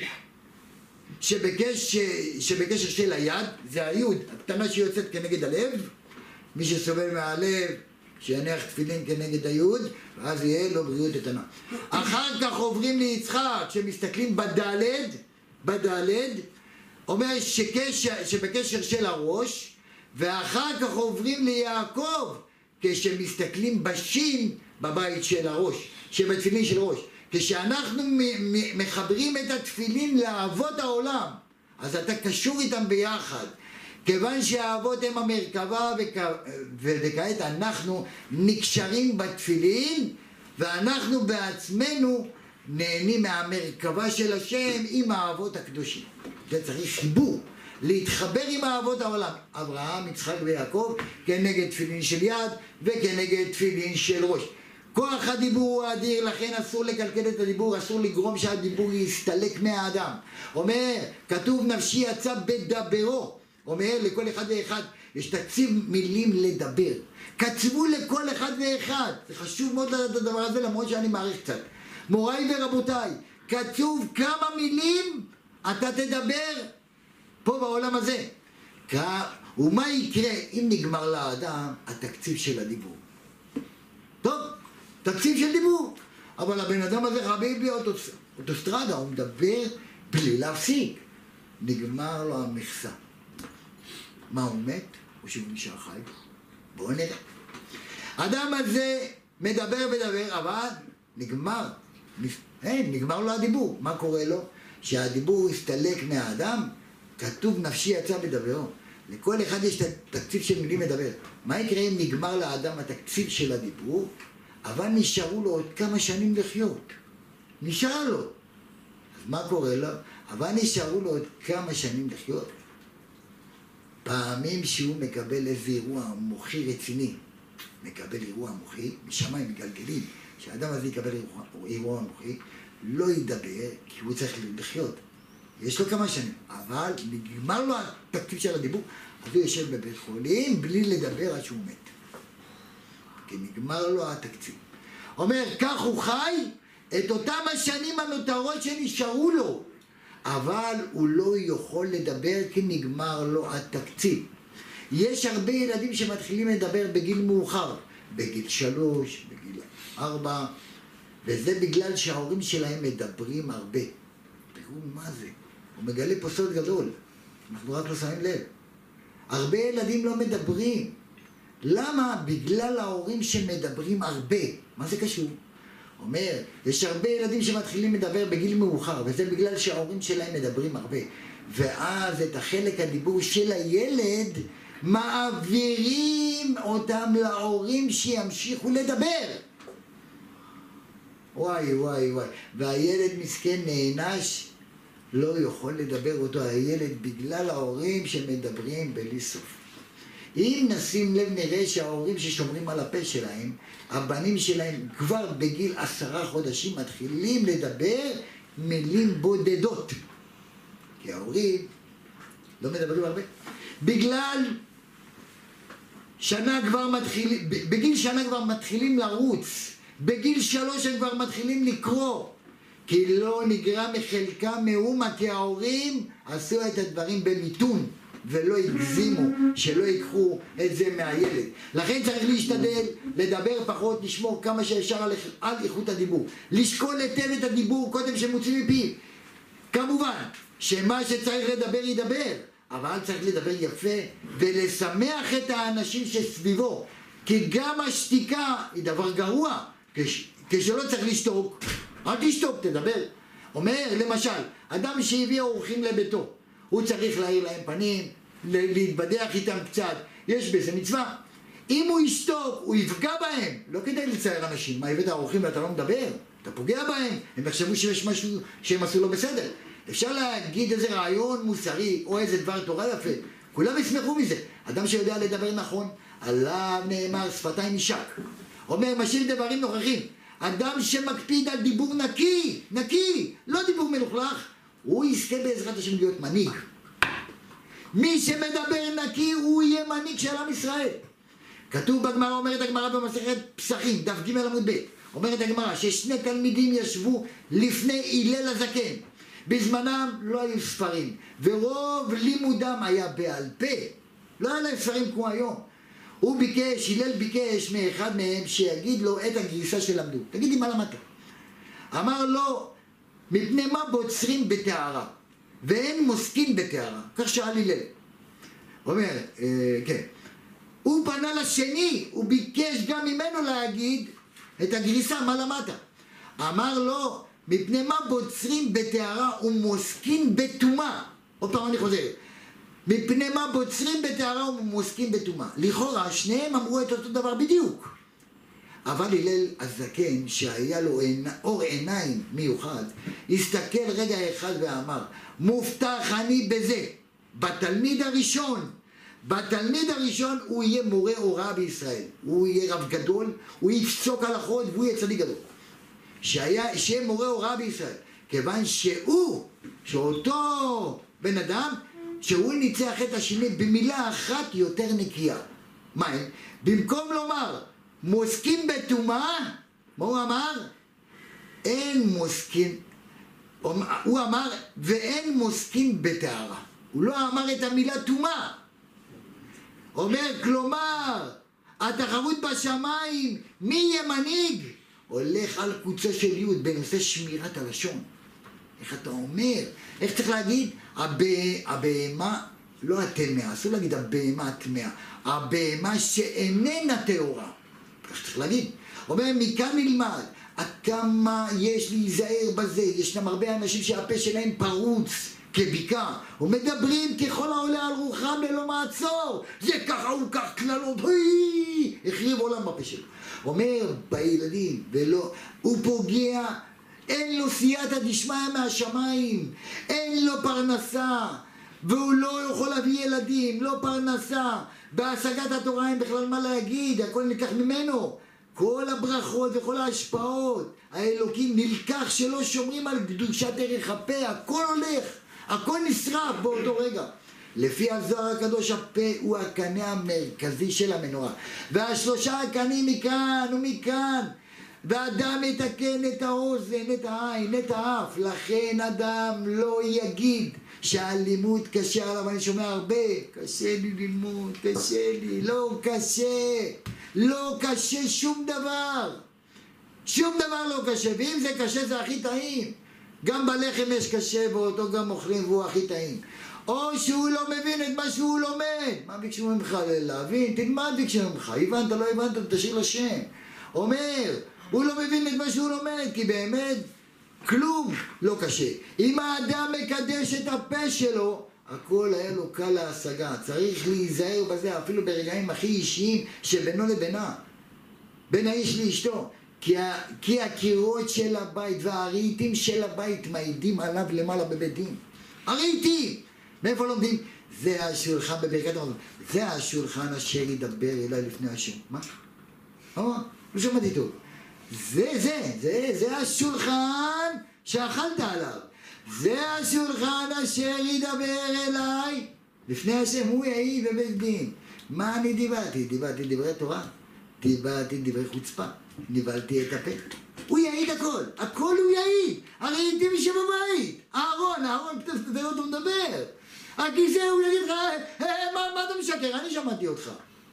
שבקשר של היד, זה היוד, הקטנה שיוצאת כנגד הלב. מי שסובל מהלב, שיניח תפילין כנגד היוד, ואז יהיה לו בריאות איתנה. אחר כך עוברים ליצחק, שמסתכלים בדלת, אומר שבקשר של הראש, ואחר כך עוברים ליעקב, כשמסתכלים בשין בבית של הראש, שבתפילין של ראש. כשאנחנו מחברים את התפילין לאבות העולם, אז אתה קשור איתם ביחד. כיוון שהאבות הם המרכבה, וכעת אנחנו נקשרים בתפילין, ואנחנו בעצמנו נהנים מהמרכבה של השם עם האבות הקדושים. זה צריך חיבור. להתחבר עם אהבות העולם, אברהם, יצחק ויעקב, כנגד תפילין של יד וכנגד תפילין של ראש. כוח הדיבור הוא אדיר, לכן אסור לקלקל את הדיבור, אסור לגרום שהדיבור יסתלק מהאדם. אומר, כתוב נפשי יצא בדברו, אומר לכל אחד ואחד, יש תקציב מילים לדבר. קצבו לכל אחד ואחד, זה חשוב מאוד לדעת את הדבר הזה, למרות שאני מעריך קצת. מוריי ורבותיי, כתוב כמה מילים אתה תדבר פה בעולם הזה. ומה יקרה אם נגמר לאדם התקציב של הדיבור? טוב, תקציב של דיבור. אבל הבן אדם הזה חביב לי אוטוסטרדה, הוא מדבר בלי להפסיק. נגמר לו המכסה. מה הוא מת? או שהוא נשאר חי? בואו נראה. האדם הזה מדבר ודבר, אבל נגמר לו הדיבור. מה קורה לו? שהדיבור יסתלק מהאדם, כתוב נפשי יצא בדברו. לכל אחד יש תקציב של מילים לדבר. מה יקרה אם נגמר לאדם התקציב של הדיבור, אבל נשארו לו עוד כמה שנים לחיות? נשאר לו. אז מה קורה לו? אבל נשארו לו עוד כמה שנים לחיות. פעמים שהוא מקבל איזה אירוע מוחי רציני, מקבל אירוע מוחי, משמיים מגלגלים, שהאדם הזה יקבל אירוע מוחי, לא ידבר, כי הוא צריך לחיות. יש לו כמה שנים, אבל נגמר לו התקציב של הדיבור, אז הוא יושב בבית חולים בלי לדבר עד שהוא מת. כי נגמר לו התקציב. אומר, כך הוא חי את אותם השנים הנותרות שנשארו לו, אבל הוא לא יכול לדבר כי נגמר לו התקציב. יש הרבה ילדים שמתחילים לדבר בגיל מאוחר, בגיל 3, בגיל 4, וזה בגלל שההורים שלהם מדברים הרבה. תראו מה זה, הוא מגלה פה סוד גדול, אנחנו רק לא שמים לב. הרבה ילדים לא מדברים. למה? בגלל ההורים שמדברים הרבה. מה זה קשור? אומר, יש הרבה ילדים שמתחילים לדבר בגיל מאוחר, וזה בגלל שההורים שלהם מדברים הרבה. ואז את החלק הדיבור של הילד מעבירים אותם להורים שימשיכו לדבר. וואי וואי וואי. והילד מסכן נענש, לא יכול לדבר אותו הילד בגלל ההורים שמדברים בלי סוף. אם נשים לב נראה שההורים ששומרים על הפה שלהם, הבנים שלהם כבר בגיל 10 חודשים מתחילים לדבר מילים בודדות. כי ההורים לא מדברים הרבה. בגיל שנה כבר מתחילים לרוץ. בגיל 3 הם כבר מתחילים לקרוא. כי לא נגרע מחלקם מאומה, כי ההורים עשו את הדברים במיתון. ולא הגזימו, שלא ייקחו את זה מהילד. לכן צריך להשתדל, לדבר פחות, לשמור כמה שאפשר על איכות הדיבור. לשקול היטב את הדיבור קודם שמוציא מפיו. כמובן, שמה שצריך לדבר ידבר, אבל צריך לדבר יפה ולשמח את האנשים שסביבו. כי גם השתיקה היא דבר גרוע. כשלא צריך לשתוק, אל תשתוק, תדבר. אומר, למשל, אדם שהביא אורחים לביתו, הוא צריך להאיר להם פנים, להתבדח איתם קצת, יש בזה מצווה. אם הוא ישתוק, הוא יפגע בהם. לא כדאי לצייר אנשים. מה, הבאת האורחים ואתה לא מדבר? אתה פוגע בהם. הם יחשבו שיש משהו שהם עשו לא בסדר. אפשר להגיד איזה רעיון מוסרי או איזה דבר תורה יפה. כולם ישמחו מזה. אדם שיודע לדבר נכון, עליו נאמר שפתיים יישק. אומר, משאיר דברים נוכחים. אדם שמקפיד על דיבור נקי, נקי, לא דיבור מלוכלך, הוא יזכה בעזרת השם להיות מנהיג. מי שמדבר נקי הוא יהיה מנהיג של עם ישראל. כתוב בגמרא, אומרת הגמרא במסכת פסחים, דף ג' עמוד ב', אומרת הגמרא ששני תלמידים ישבו לפני הלל הזקן. בזמנם לא היו ספרים, ורוב לימודם היה בעל פה. לא היה להם ספרים כמו היום. הלל ביקש מאחד מהם שיגיד לו את הגריסה שלמדו. תגידי מה למדת? אמר לו, מפני מה בוצרים בתארה ואין מוסקים בתארה? כך שאל הלל. אומר, כן. הוא פנה לשני, הוא ביקש גם ממנו להגיד את הגריסה, מה למדת? אמר לו, מפני מה בוצרים בתארה ומוסקים בתומה? עוד פעם אני חוזר. מפני מה בוצרים בתארה ומוסקים בתומה? לכאורה, שניהם אמרו את אותו דבר בדיוק. אבל הלל הזקן, שהיה לו אור עיניים מיוחד, הסתכל רגע אחד ואמר, מובטח אני בזה, בתלמיד הראשון הוא יהיה מורה הוראה בישראל. הוא יהיה רב גדול, הוא יפסוק הלכות והוא יהיה צדיק גדול. שיהיה מורה הוראה בישראל. כיוון שאותו בן אדם, שהוא ניצח את השני במילה אחת יותר נקייה. מה הם? במקום לומר מוסקים בטומאה, מה הוא אמר? אין מוסקים, הוא אמר ואין מוסקים בטהרה. הוא לא אמר את המילה טומאה. אומר, כלומר, התחרות בשמיים, מי יהיה מנהיג? הולך על קוצו של יוד בנושא שמירת הלשון. איך אתה אומר? איך צריך להגיד? הבהמה, לא הטמאה, אסור להגיד הבהמה הטמאה, הבהמה שאיננה טהורה. איך צריך להגיד? אומר, מכאן נלמד, כמה יש להיזהר בזה. ישנם הרבה אנשים שהפה שלהם פרוץ כביקה, ומדברים ככל העולה על רוחם ללא מעצור. זה ככה הוא כך כללות, החריב עולם בפה שלו. אומר, בילדים, ולא, הוא פוגע, אין לו סייעתא דשמיא מהשמיים, אין לו פרנסה, והוא לא יכול להביא ילדים, לא פרנסה. בהשגת התורה אין בכלל מה להגיד, הכל נלקח ממנו. כל הברכות וכל ההשפעות, האלוקים נלקח שלא שומרים על קדושת ערך הפה, הכל הולך, הכל נשרף באותו רגע. לפי הזוהר הקדוש, הפה הוא הקנה המרכזי של המנורה, והשלושה הקנים מכאן ומכאן, ואדם מתקן את האוזן, את העין, את האף. לכן אדם לא יגיד שהלימוד קשה עליו. אני שומע הרבה, קשה לי ללמוד, קשה לי, לא קשה, לא קשה שום דבר, שום דבר לא קשה. ואם זה קשה זה הכי טעים. גם בלחם יש קשה ואותו גם אוכלים והוא הכי טעים. או שהוא לא מבין את מה שהוא לומד. מה ביקשו ממך להבין? תלמד ביקשו ממך. הבנת, לא הבנת, תשאיר לשם. אומר, הוא לא מבין את מה שהוא לומד, כי באמת כלום לא קשה. אם האדם מקדש את הפה שלו, הכל היה לו קל להשגה. צריך להיזהר בזה אפילו ברגעים הכי אישיים שבינו לבינה, בין האיש לאשתו. כי הקירות של הבית והרהיטים של הבית מעידים עליו למעלה בבית דין. הרהיטים! מאיפה לומדים? זה השולחן בברכת המזון. זה השולחן אשר ידבר אליי לפני השם. מה? לא שמעתי טוב. זה השולחן שאכלת עליו. זה השולחן אשר ידבר אליי לפני השם, הוא יעיד בבית דין. מה אני דיברתי? דיברתי דברי תורה, דיברתי דברי חוצפה, ניבלתי את הפה. הוא יעיד הכל, הכל הוא יעיד. הרי הייתי משם בבית, אהרון, פתאום תדבר אותו מדבר. הכיסא הוא יגיד לך, מה אתה משקר? אני שמעתי אותך.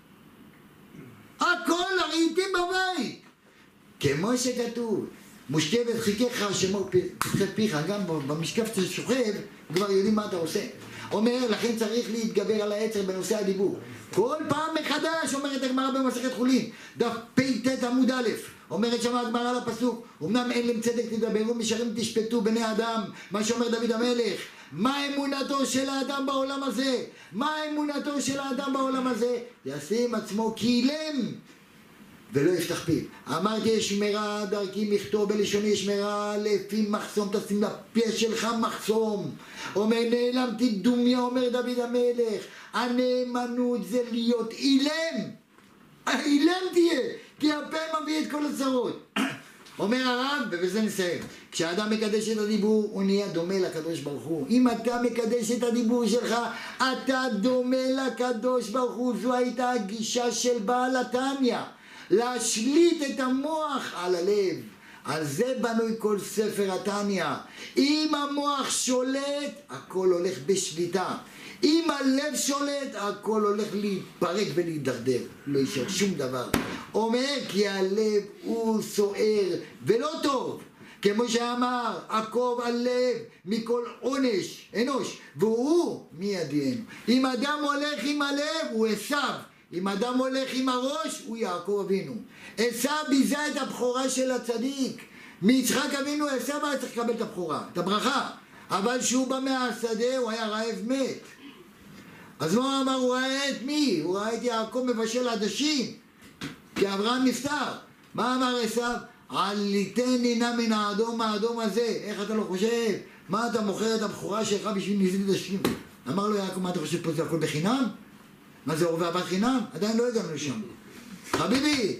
הכל הראיתים בבית. כמו שכתוב, מושכבת חיכך שמור פתחי פיך, גם במשקף שאתה שוכב, כבר יודעים מה אתה עושה. אומר, לכן צריך להתגבר על העצר בנושא הדיבור. כל פעם מחדש, אומרת הגמרא במסכת חולין, דף פ"ט עמוד א', אומרת שם הגמרא על הפסוק, אמנם אין להם צדק תדברו, משרים תשפטו בני אדם, מה שאומר דוד המלך. מה אמונתו של האדם בעולם הזה? מה אמונתו של האדם בעולם הזה? ישים עצמו כאילם ולא יפתח פיו. אמרתי, ישמרה דרכי מכתוב בלשוני, ישמרה לפי מחסום, תשים לפה שלך מחסום. אומר, נעלמתי דומיה, אומר דוד המלך. הנאמנות זה להיות אילם. אילם תהיה, כי הפה מביא את כל הצרות. אומר הרב, ובזה נסיים, כשאדם מקדש את הדיבור, הוא נהיה דומה לקדוש ברוך הוא. אם אתה מקדש את הדיבור שלך, אתה דומה לקדוש ברוך הוא. זו הייתה הגישה של בעל התניא, להשליט את המוח על הלב. על זה בנוי כל ספר התניא. אם המוח שולט, הכל הולך בשליטה. אם הלב שולט, הכל הולך להתפרק ולהידרדר, לא יישאר שום דבר. אומר, כי הלב הוא סוער ולא טוב, כמו שאמר, עקוב הלב מכל עונש אנוש, והוא מי ידיענו. אם אדם הולך עם הלב, הוא עשיו. אם אדם הולך עם הראש, הוא יעקב אבינו. עשיו ביזה את הבכורה של הצדיק. מיצחק אבינו עשיו היה צריך לקבל את הבכורה, את הברכה, אבל שהוא בא מהשדה, הוא היה רעב מת. אז מה אמר? הוא ראה את מי? הוא ראה את יעקב מבשל עדשים, כי אברהם נפטר. מה אמר עשיו? עליתני נא מן האדום הזה. איך אתה לא חושב? מה אתה מוכר את הבכורה שלך בשביל נזיד עדשים? אמר לו יעקב, מה אתה חושב פה זה הכל בחינם? מה זה אור ואהבת חינם? עדיין לא הגענו לשם. חביבי,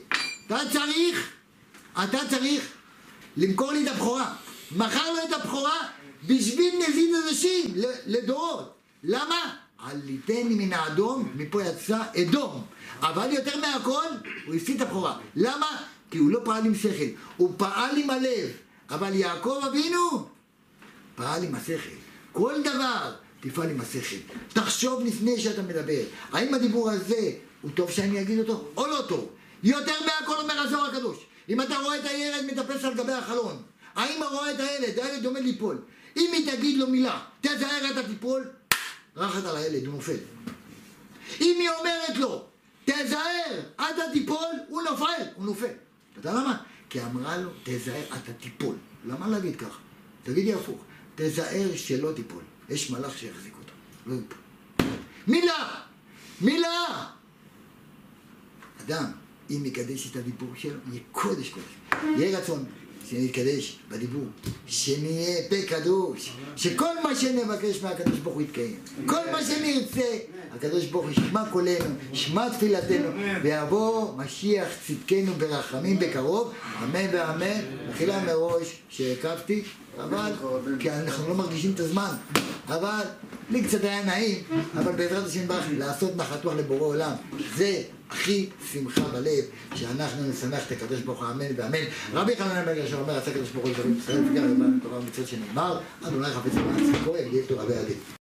אתה צריך למכור לי את הבכורה. מכר לו את הבכורה בשביל נזיד עדשים לדורות. למה? עליתני מן האדום, מפה יצא אדום. אבל יותר מהכל, הוא הפסיד את הבכורה. למה? כי הוא לא פעל עם שכל, הוא פעל עם הלב. אבל יעקב אבינו פעל עם השכל. כל דבר תפעל עם השכל. תחשוב לפני שאתה מדבר. האם הדיבור הזה הוא טוב שאני אגיד אותו או לא טוב? יותר מהכל אומר הזוהר הקדוש. אם אתה רואה את הילד מטפס על גבי החלון, האם רואה את הילד עומד ליפול. אם היא תגיד לו מילה, תזהר אתה תיפול, רחת על הילד, הוא נופל. אם היא אומרת לו, תזהר אתה תיפול, הוא נופל. אתה יודע למה? כי אמרה לו, תזהר אתה תיפול. למה להגיד ככה? תגידי הפוך, תזהר שלא תיפול. יש מלאך שיחזיק אותו, לא ייפול. מילה! אדם, אם יקדש את הדיבור שלו, יהיה קודש. יהיה רצון שנתקדש בדיבור, שנהיה פה קדוש, שכל מה שנבקש מהקדוש ברוך הוא יתקיים. כל מה שנרצה, הקדוש ברוך הוא ישמע קולנו, ישמע תפילתנו, ויבוא משיח צדקנו ברחמים בקרוב, אמן ואמן. מחילה מראש שהקפתי, אבל, כי אנחנו לא מרגישים את הזמן, אבל לי קצת היה נעים, אבל בעזרת השם ברך לעשות נחת רוח לבורא עולם, זה הכי שמחה בלב, שאנחנו נשמח את הקדוש ברוך הוא, אמן ואמן. רבי חנן בן יהושע אומר, עשה הקדוש ברוך הוא דברים ישראל, וגם למען תורה ומצוות שנאמר, אדוני חפץ למען צדקו, יגדיל תורה ויאדיר.